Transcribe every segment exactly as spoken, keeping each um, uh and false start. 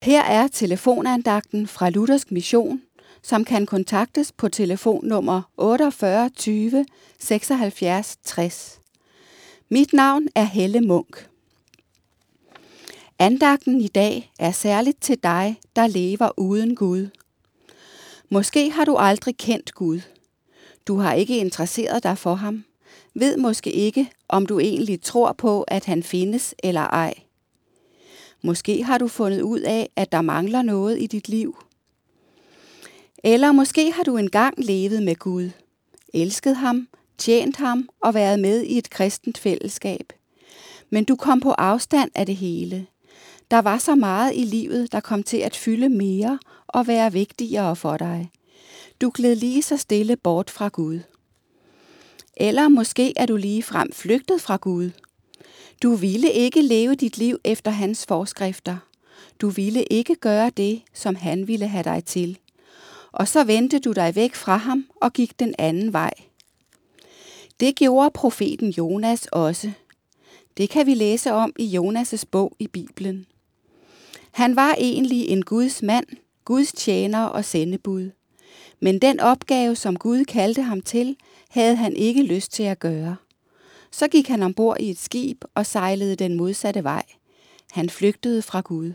Her er telefonandagten fra Luthersk Mission, som kan kontaktes på telefonnummer otteogfyrre tyve seksoghalvfjerds tres. Mit navn er Helle Munk. Andagten i dag er særligt til dig, der lever uden Gud. Måske har du aldrig kendt Gud. Du har ikke interesseret dig for ham. Ved måske ikke, om du egentlig tror på, at han findes eller ej. Måske har du fundet ud af, at der mangler noget i dit liv. Eller måske har du engang levet med Gud, elsket ham, tjent ham og været med i et kristent fællesskab. Men du kom på afstand af det hele. Der var så meget i livet, der kom til at fylde mere og være vigtigere for dig. Du gled lige så stille bort fra Gud. Eller måske er du ligefrem flygtet fra Gud. Du ville ikke leve dit liv efter hans forskrifter. Du ville ikke gøre det, som han ville have dig til. Og så vendte du dig væk fra ham og gik den anden vej. Det gjorde profeten Jonas også. Det kan vi læse om i Jonas' bog i Bibelen. Han var egentlig en Guds mand, Guds tjener og sendebud. Men den opgave, som Gud kaldte ham til, havde han ikke lyst til at gøre. Så gik han ombord i et skib og sejlede den modsatte vej. Han flygtede fra Gud.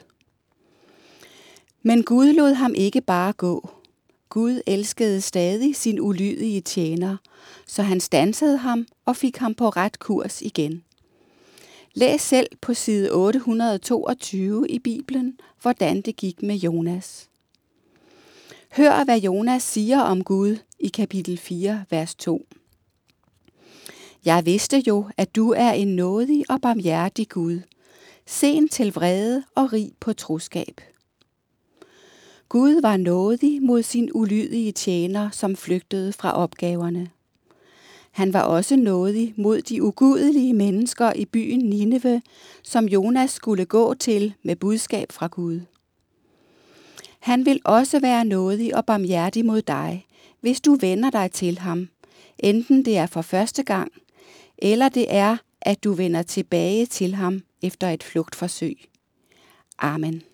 Men Gud lod ham ikke bare gå. Gud elskede stadig sin ulydige tjener, så han standsede ham og fik ham på ret kurs igen. Læs selv på side otte hundrede toogtyve i Bibelen, hvordan det gik med Jonas. Hør, hvad Jonas siger om Gud i kapitel fire, vers to. Jeg vidste jo, at du er en nådig og barmhjertig Gud, sen til vrede og rig på troskab. Gud var nådig mod sin ulydige tjener, som flygtede fra opgaverne. Han var også nådig mod de ugudelige mennesker i byen Nineve, som Jonas skulle gå til med budskab fra Gud. Han vil også være nådig og barmhjertig mod dig, hvis du vender dig til ham, enten det er for første gang, eller det er, at du vender tilbage til ham efter et flugtforsøg. Amen.